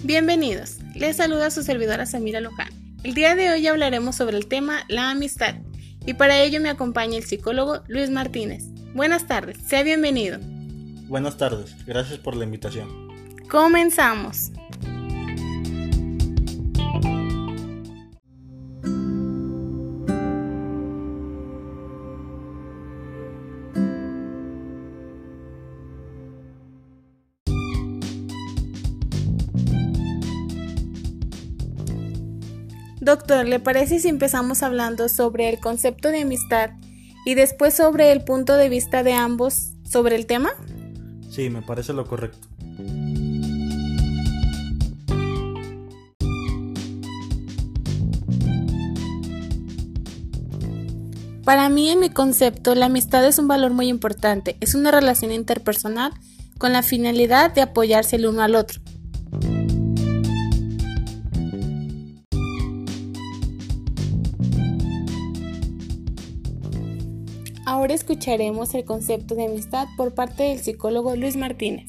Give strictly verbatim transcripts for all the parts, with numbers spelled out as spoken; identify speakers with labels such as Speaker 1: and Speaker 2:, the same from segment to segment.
Speaker 1: Bienvenidos, les saluda su servidora Samira Luján. El día de hoy hablaremos sobre el tema la amistad y para ello me acompaña el psicólogo Luis Martínez. Buenas tardes, sea bienvenido.
Speaker 2: Buenas tardes, gracias por la invitación.
Speaker 1: Comenzamos. Doctor, ¿le parece si empezamos hablando sobre el concepto de amistad y después sobre el punto de vista de ambos sobre el tema?
Speaker 2: Sí, me parece lo correcto.
Speaker 1: Para mí, en mi concepto, la amistad es un valor muy importante. Es una relación interpersonal con la finalidad de apoyarse el uno al otro. Ahora escucharemos el concepto de amistad por parte del psicólogo Luis Martínez.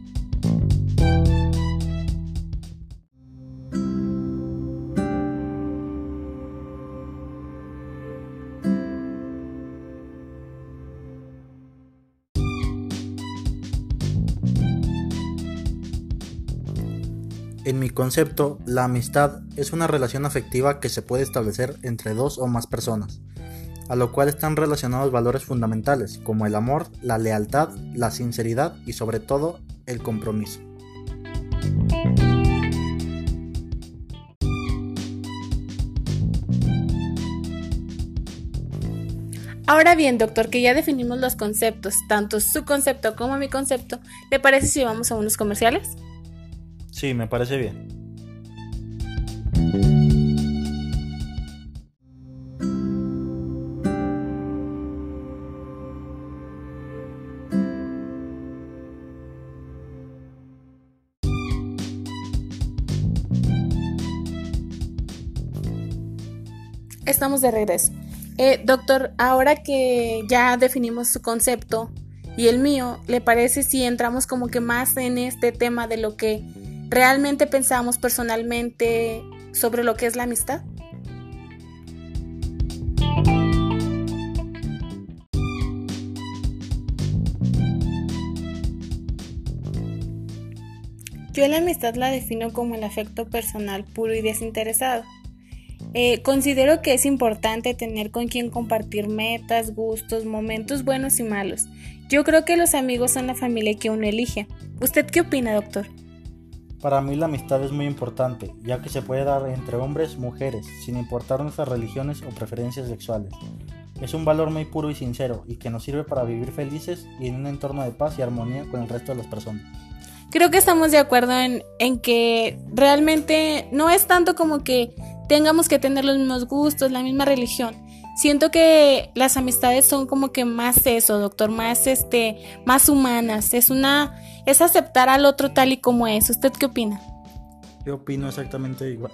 Speaker 2: En mi concepto, la amistad es una relación afectiva que se puede establecer entre dos o más personas, a lo cual están relacionados valores fundamentales como el amor, la lealtad, la sinceridad y sobre todo el compromiso.
Speaker 1: Ahora bien, doctor, que ya definimos los conceptos, tanto su concepto como mi concepto, ¿le parece si vamos a unos comerciales?
Speaker 2: Sí, me parece bien.
Speaker 1: Estamos de regreso. Eh, doctor, ahora que ya definimos su concepto y el mío, ¿le parece si entramos como que más en este tema de lo que realmente pensamos personalmente sobre lo que es la amistad? Yo la amistad la defino como el afecto personal puro y desinteresado. Eh, considero que es importante tener con quien compartir metas, gustos, momentos buenos y malos. Yo creo que los amigos son la familia que uno elige. ¿Usted qué opina, doctor?
Speaker 2: Para mí la amistad es muy importante, ya que se puede dar entre hombres y mujeres, sin importar nuestras religiones o preferencias sexuales. Es un valor muy puro y sincero, y que nos sirve para vivir felices y en un entorno de paz y armonía con el resto de las personas.
Speaker 1: Creo que estamos de acuerdo en, en que realmente no es tanto como que tengamos que tener los mismos gustos, la misma religión. Siento que las amistades son como que más eso, doctor, más este, más humanas. Es una, es aceptar al otro tal y como es. ¿Usted qué opina?
Speaker 2: Yo opino exactamente igual.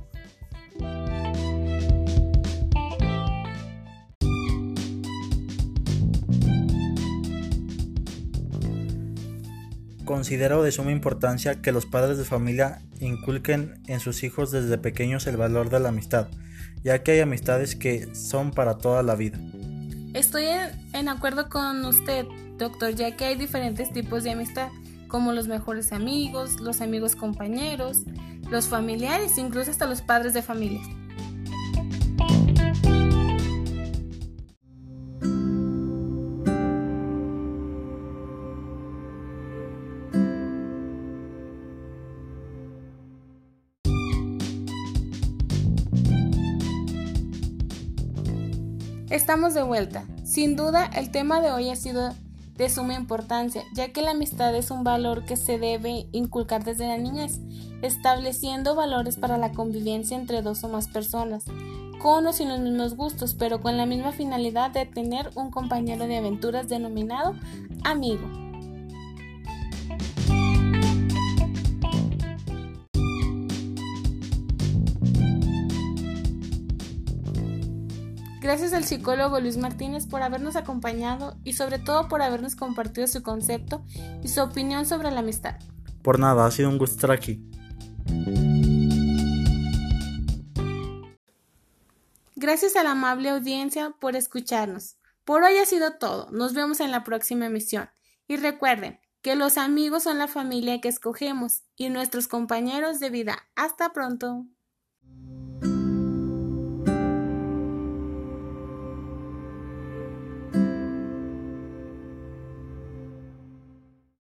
Speaker 2: Considero de suma importancia que los padres de familia inculquen en sus hijos desde pequeños el valor de la amistad, ya que hay amistades que son para toda la vida.
Speaker 1: Estoy en, en acuerdo con usted, doctor, ya que hay diferentes tipos de amistad, como los mejores amigos, los amigos compañeros, los familiares, incluso hasta los padres de familia. Estamos de vuelta. Sin duda, el tema de hoy ha sido de suma importancia, ya que la amistad es un valor que se debe inculcar desde la niñez, estableciendo valores para la convivencia entre dos o más personas, con o sin los mismos gustos, pero con la misma finalidad de tener un compañero de aventuras denominado amigo. Gracias al psicólogo Luis Martínez por habernos acompañado y sobre todo por habernos compartido su concepto y su opinión sobre la amistad.
Speaker 2: Por nada, ha sido un gusto estar aquí.
Speaker 1: Gracias a la amable audiencia por escucharnos. Por hoy ha sido todo. Nos vemos en la próxima emisión. Y recuerden que los amigos son la familia que escogemos y nuestros compañeros de vida. Hasta pronto.